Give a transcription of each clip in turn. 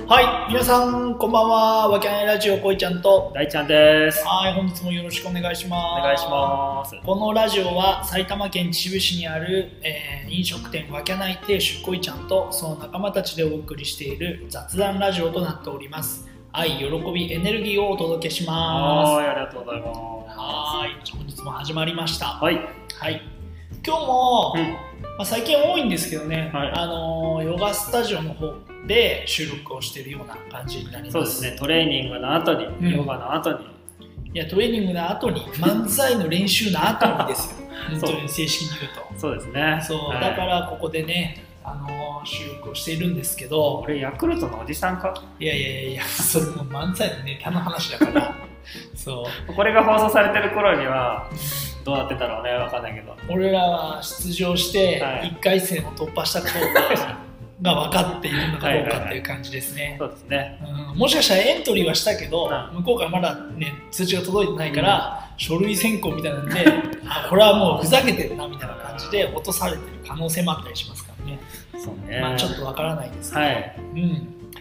はい、皆さんこんばんは。わけないラジオこいちゃんと大ちゃんです。 はい、本日もよろしくお願いします。 お願いします。 このラジオは埼玉県秩父市にある、飲食店わけない亭主こいちゃんとその仲間たちでお送りしている雑談ラジオとなっております。愛、喜び、エネルギーをお届けします。 はい、ありがとうございます。 はい、本日も始まりました。 はい。 はい、今日も、最近多いんですけどね、 はい、 ヨガスタジオの方で収録をしているような感じになります。 そうですね、トレーニングの後に、ヨガの後に。 いや、トレーニングの後に、漫才の練習の後にですよ。本当に正式に言うと。 そうですね。 そう、はい、だからここでね、収録をしているんですけど。 俺、ヤクルトのおじさんか？ いや、それも漫才のネタの話だから。そう。 これが放送されてる頃には、どうなってたろうね、わかんないけど。 俺らは出場して、1回戦を突破したことが分かっているのかどうかっていう感じですね。 そうですね、 もしかしたらエントリーはしたけど、向こうからまだ、ね、通知が届いてないから、書類選考みたいなんでこれはもうふざけてるなみたいな感じで落とされてる可能性もあったりしますからね。 そうね、 まあ、ちょっと分からないですけど、 はい、 今日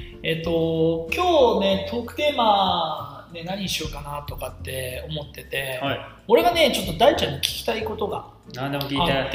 ねトークテーマで何しようかなとかって思ってて、はい、俺がねちょっと大ちゃんに聞きたいことがあって、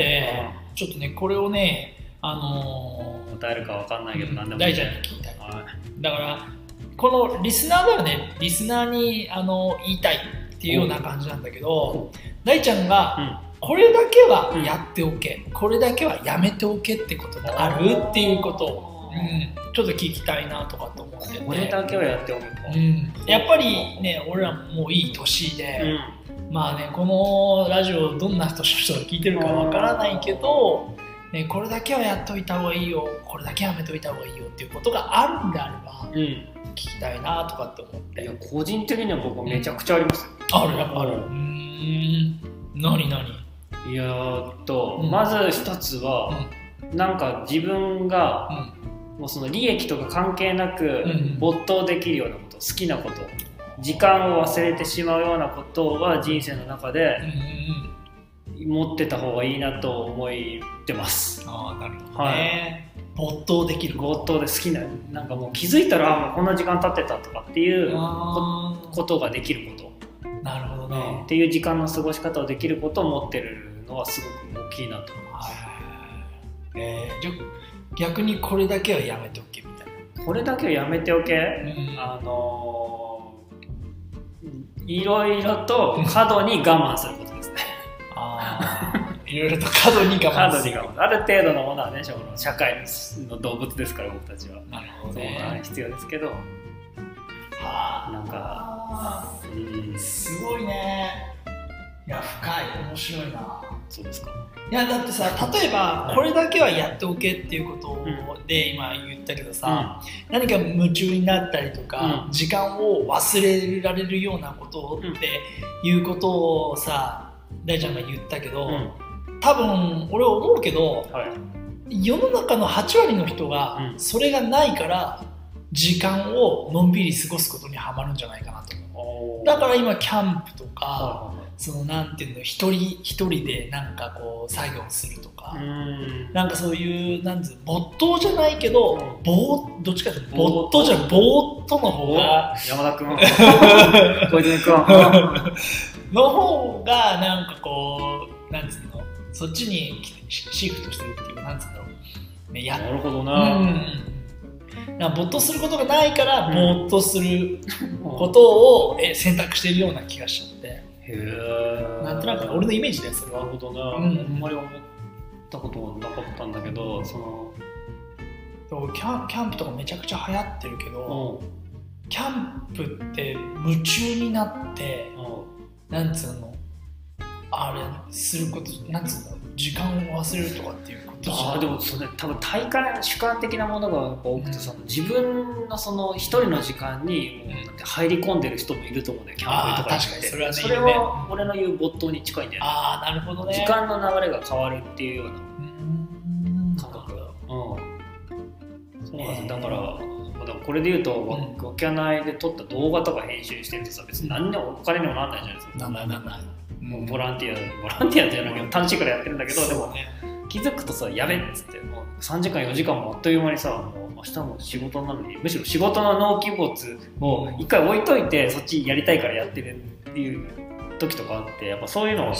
ちょっとねこれをね答えるか分かんないけど何でも大ちゃんに聞きたい、だからこのリスナーだよね、リスナーに言いたいっていうような感じなんだけど、大ちゃんが、これだけはやっておけ、これだけはやめておけってことがあるっていうことを、ちょっと聞きたいなとかと思ってて、 これだけはやっておけと、 やっぱりね俺らもういい年で、まあねこのラジオどんな人が聞いてるかわからないけど、ね、これだけはやっといた方がいいよ、これだけはやめといた方がいいよっていうことがあるんであれば、聞きたいなとかって思って。 いや個人的には僕めちゃくちゃありますよ。 ある、やっぱある。何いやまず一つは、なんか自分が、もうその利益とか関係なく没頭できるようなこと、好きなこと、時間を忘れてしまうようなことは人生の中で持ってた方がいいなと思ってます。 ああ、なるほどね。没頭できる没頭で好きな、なんかもう気づいたらもうこんな時間経ってたとかっていうことができること、 なるほどね、 っていう時間の過ごし方をできることを持ってるのはすごく大きいなと思います。 じゃあ逆にこれだけはやめておけみたいな。 これだけはやめておけ、いろいろと過度に我慢することですね。 いろいろと過度に我慢する。 ある程度のものはね、社会の動物ですから僕たちは。 なるほどね。 必要ですけど、なんかすごいね。いや深い、面白いな。 そうですか。 いやだってさ、例えばこれだけはやっておけっていうことで今言ったけどさ、何か夢中になったりとか、時間を忘れられるようなことっていうことをさ、大ちゃんが言ったけど、多分俺は思うけど、世の中の8割の人がそれがないから時間をのんびり過ごすことにハマるんじゃないかなと思う。だから今キャンプとか、そのなんていうの、一人でなんかこう作業するとか、なんかそういうなんていうの、没頭じゃないけど、どっちかというと没頭じゃぼーっとの方が、 山田君小泉君の方がなんかこうなんていうの、そっちにシフトしてるっていうか、なんていうんだろうね。 なるほどな。 没頭することがないからぼーっとすることを選択しているような気がしちゃって。なんとなく俺のイメージです。 なるほどな。あんまり思ったことはなかったんだけど、 キャンプとかめちゃくちゃ流行ってるけど、キャンプって夢中になって、なんつうの、あれすること、なんつうの、時間を忘れるとかっていうことじゃん。 でもそれ多分体感主観的なものが多くて、自分のその一人の時間に入り込んでる人もいると思うんだよ、キャンプとかに。 確かにそれはね。 それは俺の言う没頭に近いんだよね。 なるほどね。 時間の流れが変わるっていうような感覚。そうなんです。だからこれで言うと、わけないで撮った動画とか編集してるとさ、別に何でもお金にもなんないじゃないですか。 なんない。 もうボランティアじゃなくて楽しいからやってるんだけど、でも気づくとさ、やべっつってもう 3時間4時間もあっという間にさ、もう明日も仕事なのに、むしろ仕事の納期没を一回置いといてそっちやりたいからやってるっていう時とかあって、やっぱそういうのを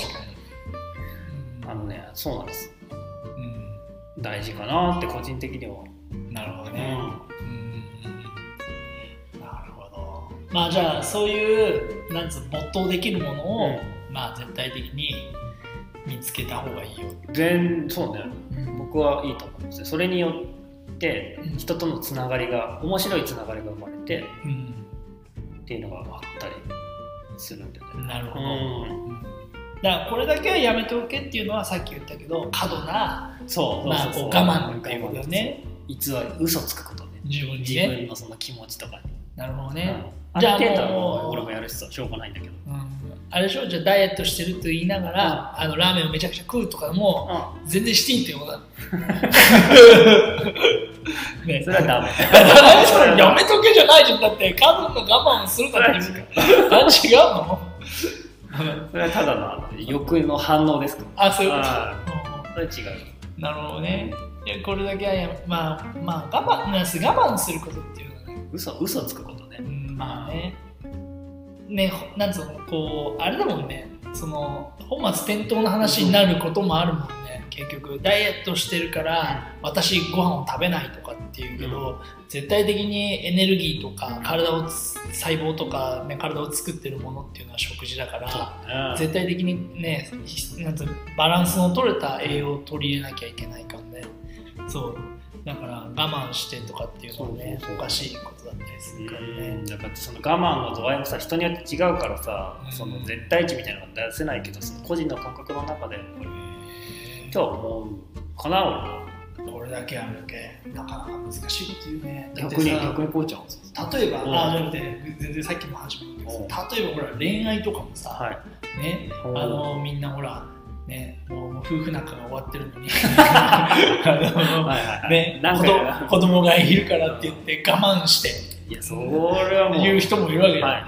そうなんです、大事かなって個人的には。 なるほどね、なるほど。まあじゃあそういうなんつう没頭できるものを、まあ絶対的に見つけた方がいいよ。 そうね、僕はいいと思うんですよ。それによって人とのつながりが、面白いつながりが生まれて、っていうのがあったりするんでね。 なるほど、だからこれだけはやめておけっていうのはさっき言ったけど、過度な我慢っていうことだよね。 嘘つくことね、 自分にね、 自分のその気持ちとかに。 なるほどね、 じゃあもう俺もやるしさ、しょうがないんだけど、 あれでしょ、じゃあダイエットしてると言いながら、ラーメンをめちゃくちゃ食うとかも、全然していいっていうことだね、 それはダメそれやめとけじゃないじゃん。だって過度の我慢をするから違うのそれはただの欲の反応ですか。 そういうこと。 それは違う。 なるほどね。いや、これだけはまあ我慢することっていうのはね、 嘘つくことね。 まあね、なんつうの、こうあれだもんね、その本末転倒な話になることもあるもんね。結局ダイエットしてるから私ご飯を食べないとかっていうけど、絶対的にエネルギーとか細胞とか、体を作ってるものっていうのは食事だから、絶対的にね、なんつうバランスの取れた栄養を取り入れなきゃいけないからね。そうだから我慢してとかっていうのはね、おかしいことだったりするからね。 やっぱその我慢の度合いもさ、人によって違うからさ、その絶対値みたいなのが出せないけど、その個人の感覚の中でとは思うかな、俺は。 これだけあるだけなかなか難しいこと言うね。 逆にこうちゃうんですよ。 例えば全然さっきの話も言うけど、例えばほら恋愛とかもさ、ね、みんなほらね、もう夫婦仲が終わってるのに子供がいるからって言って我慢して、 いや、それはもう言う人もいるわけだ。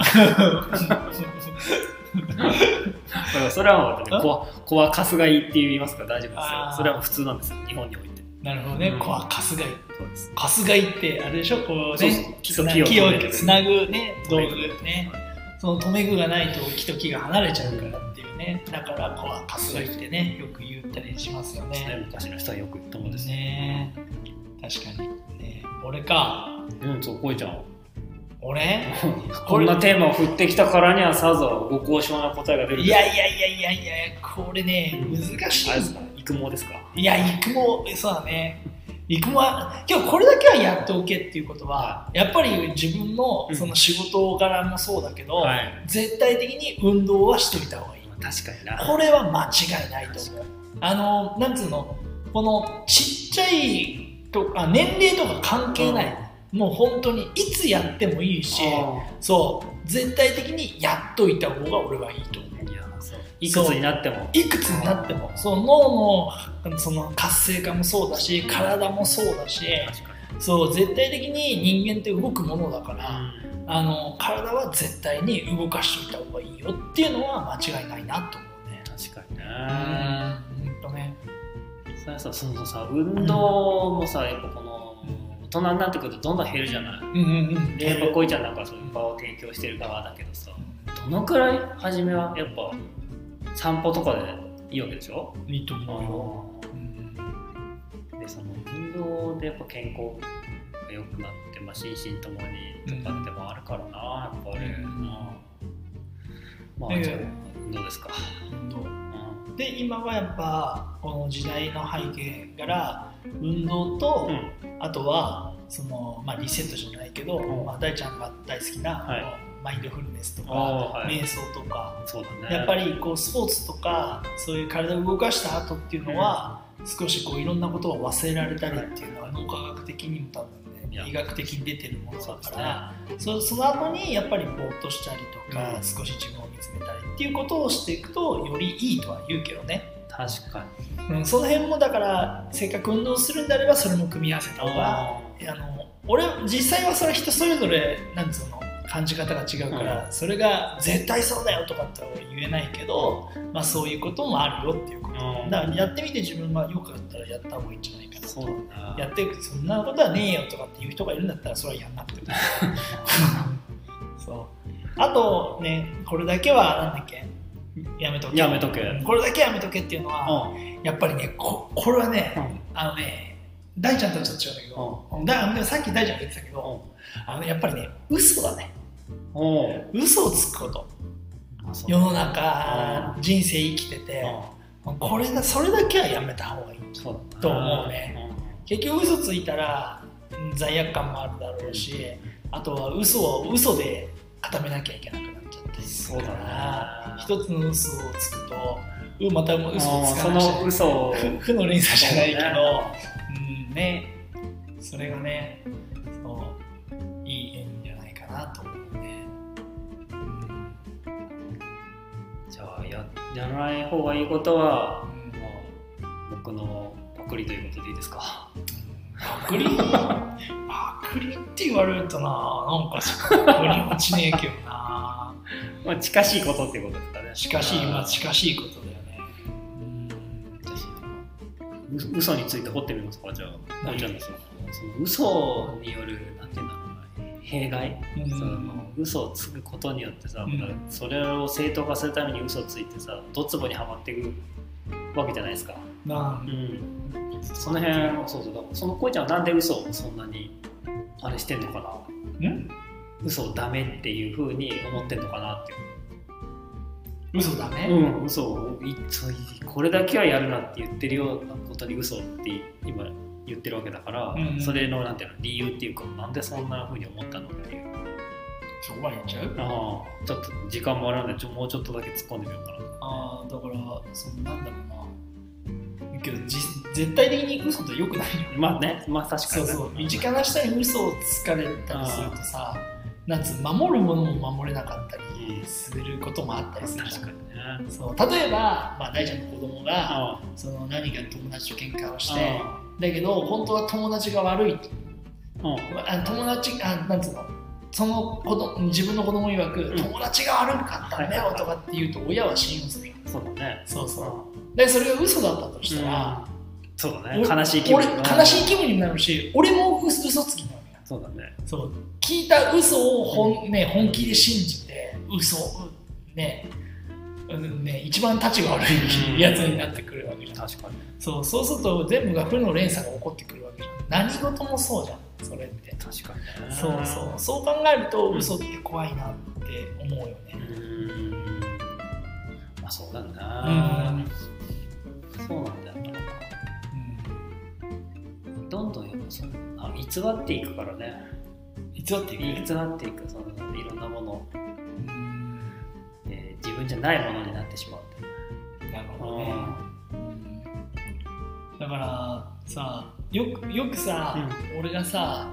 それはもう子はかすがいって言いますから大丈夫ですよ。それはもう普通なんですよ、日本において。 なるほどね、子はかすがい。かすがいってあれでしょ、こうね、 木をつなぐね、道具ね。その留め具がないと木と木が離れちゃうからっていうね。だから子はかすがいってね、よく言ったりしますよね。 昔の人はよく言ったもんですね。確かにね。俺か。 そう、こいちゃん。 俺こんなテーマを振ってきたからにはさぞご高尚な答えが出る。 いやこれね、難しい。 育毛ですか。 いや、育毛、そうだね。育毛は今日これだけはやっておけっていうことは、やっぱり自分のその仕事柄もそうだけど、絶対的に運動はしといた方がいい。 確かにな。 これは間違いないと思う。なんつうの、このちっちゃいとか年齢とか関係ない。もう本当にいつやってもいいし、そう絶対的にやっといた方が俺はいいと思う。 いくつになっても、 そう脳のその活性化もそうだし、体もそうだし、そう絶対的に人間って動くものだから、体は絶対に動かしといた方がいいよっていうのは間違いないなと思うね。 確かにね。そのさ、運動もさ、やっぱこの大人になってくるとどんどん減るじゃない。でやっぱこいちゃんなんかそういう場を提供してる側だけどさ、どのくらい初めはやっぱ散歩とかでいいわけでしょ。 いいと思うよ。でその運動でやっぱ健康が良くなって、心身ともにとかってもあるからな、やっぱり。じゃあ運動ですか。 運動で今はやっぱこの時代の背景から運動と、あとはその、リセットじゃないけど、大ちゃんが大好きな、マインドフルネスとか、瞑想とか、やっぱりこうスポーツとかそういう体を動かした後っていうのは、少しこういろんなことを忘れられたりっていうのは脳科学的にも多分ね、医学的に出てるものだから、その後にやっぱりぼーっとしたりとか、少し自分を見つめたりっていうことをしていくとよりいいとは言うけどね。 確かに、その辺もだからせっかく運動するんであればそれも組み合わせた方が、俺実際はそれ人それぞれなんつうの感じ方が違うから、それが絶対そうだよとかっては言えないけど、まあ、そういうこともあるよっていうこと、だからやってみて自分がよかったらやった方がいいんじゃないかな。 そうだな。 やっていくそんなことはねえよとかっていう人がいるんだったらそれはやんなくてもそうあとね、これだけはなんだっけ、やめとけ、これだけやめとけっていうのは、やっぱりね、これはね、大ちゃんとちょっと違うんだけど、さっき大ちゃんが言ってたけど、やっぱりね、嘘だね。嘘をつくこと。世の中、人生生きてて、それだけはやめた方がいいと思うね。結局嘘ついたら罪悪感もあるだろうし、あとは嘘を嘘で固めなきゃいけなくなっちゃったりするから、一つの嘘をつくとまた嘘をつかなくちゃ負の連鎖じゃないけど、ね、それがね、いいんじゃないかなと思うね。 じゃあ やらない方がいいことは、僕のパクリということでいいですか？ パクリって言われるとなんかパクリ落ちねえけどなまあ近しいことっていうことですかね。 近しいことだよね。 嘘について掘ってみますか？じゃあちゃんのその嘘によるなんていうんだろうな、弊害、その嘘をつくことによってさ、それを正当化するために嘘をついてさ、ドツボにはまっていくわけじゃないですか。その辺、そのこいちゃんはなんで嘘をそんなにあれしてんのかな？嘘をダメっていう風に思ってんのかなっていう。 嘘ダメ？ 嘘をこれだけはやるなって言ってるようなことに嘘って今言ってるわけだから、それのなんていうの理由っていうか、なんでそんな風に思ったのっていう。 そこまで言っちゃう？ ちょっと時間もあるのでもうちょっとだけ突っ込んでみようかな。 だからなんだろうな。けど絶対的に嘘って良くないよ。 まあね、まあ確かに。 身近な人に嘘をつかれたりするとさ、守るものも守れなかったりすることもあったりするじゃん。確かにね。例えば、大ちゃんの子供が何か友達と喧嘩をして、だけど本当は友達が悪い。友達なんつうの、その自分の子供曰く、友達が悪かったんだよとかって言うと親は信用する。 そうだね。 でそれが嘘だったとしたら、 そうだね、悲しい気分になるし、俺も嘘つきなわけだ。 そうだね。 聞いた嘘を本気で信じて一番立ちが悪いやつになってくるわけじゃん。 確かに。 そうすると全部が負の連鎖が起こってくるわけじゃん。何事もそうじゃん、それって。 確かにね。 そう考えると嘘って怖いなって思うよね。 そうだな。そうなんだよな。どんどんやっぱ偽っていくからね。偽っていくいろんなもの、自分じゃないものになってしまう。 なるほどね。だからさ、よくさ、俺がさ、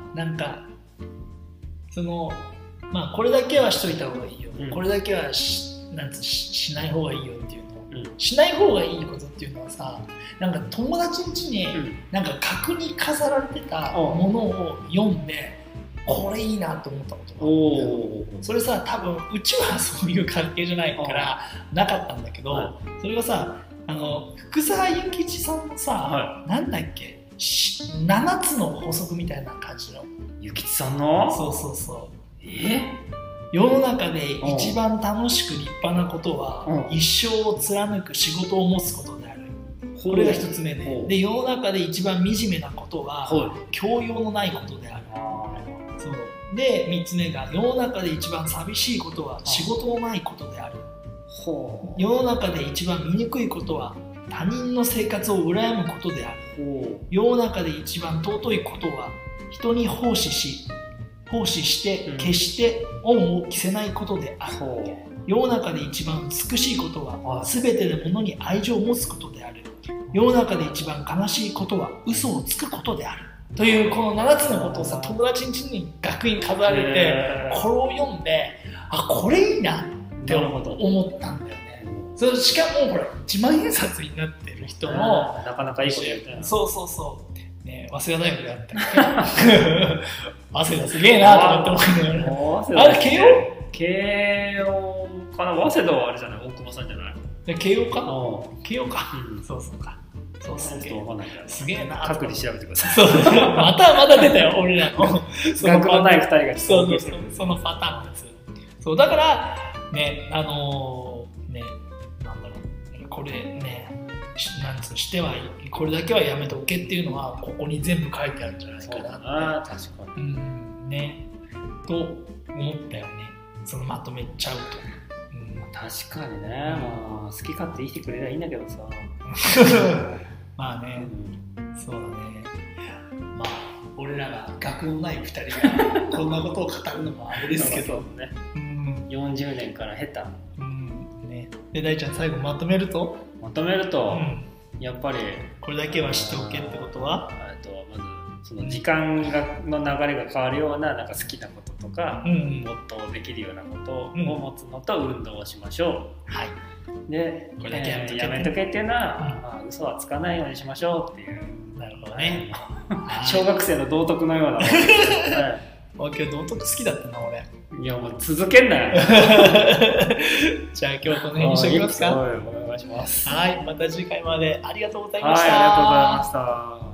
これだけはしといた方がいいよ、これだけはしない方がいいよっていうの、しない方がいいことっていうのはさ、友達ん家に額に飾られてたものを読んで、これいいなと思ったことがあるんだよ。それさ、多分うちはそういう関係じゃないからなかったんだけど、それがさ、福沢諭吉さんのさ、なんだっけ、7つの法則みたいな感じの。 諭吉さんの？ そう。世の中で一番楽しく立派なことは、一生を貫く仕事を持つことである。これが一つ目で、世の中で一番惨めなことは、教養のないことである。で、3つ目が、世の中で一番寂しいことは仕事のないことである。世の中で一番醜いことは他人の生活を羨むことである。世の中で一番尊いことは人に奉仕して決して恩を着せないことである。世の中で一番美しいことは全てのものに愛情を持つことである。世の中で一番悲しいことは嘘をつくことである。というこの7つのことをさ、友達ん家に額に飾られて、これを読んで、これいいなって思ったんだよね。しかもほら、一万円札になってる人の、 なかなかいいこと言ってる。 そうね、早稲田大学であったっけ早稲田すげえなとかって思いながら。あれ、慶応？ 慶応かな。早稲田はあれじゃない、大久保さんじゃない。 慶応か？慶応か。そうそうか。 そうすげえ。すげえな。 各自調べてください。 そう。また出たよ、俺らの。 学のない2人がそうそのパターンのやつ。そう、だから、ね、なんだろう、これね、なんつうの、しては、これだけはやめておけっていうのは、ここに全部書いてあるんじゃないかなって。 確かに。 ね、と思ったよね。そのまとめちゃうと。 確かにね、まあ、好き勝手生きてくれりゃいいんだけどさ。 まあね、そうだね。まあ、俺らが学のない2人がこんなことを語るのもあれですけど、 ね、40年から経た。 ね、で、大ちゃん、最後まとめると、 やっぱりこれだけは知っておけってことは、 まずその時間の流れが変わるような、なんか好きなこととか、もっとできるようなことを持つのと、運動をしましょう。はい。で、これだけやめとけっていうのは、嘘はつかないようにしましょうっていう。 なるほどね。 小学生の道徳のような。 今日道徳好きだったな、俺。 いや、もう続けんなよ。 じゃあ今日この辺にしておきますか。 お願いします。 はい、また次回までありがとうございました。 はい、ありがとうございました。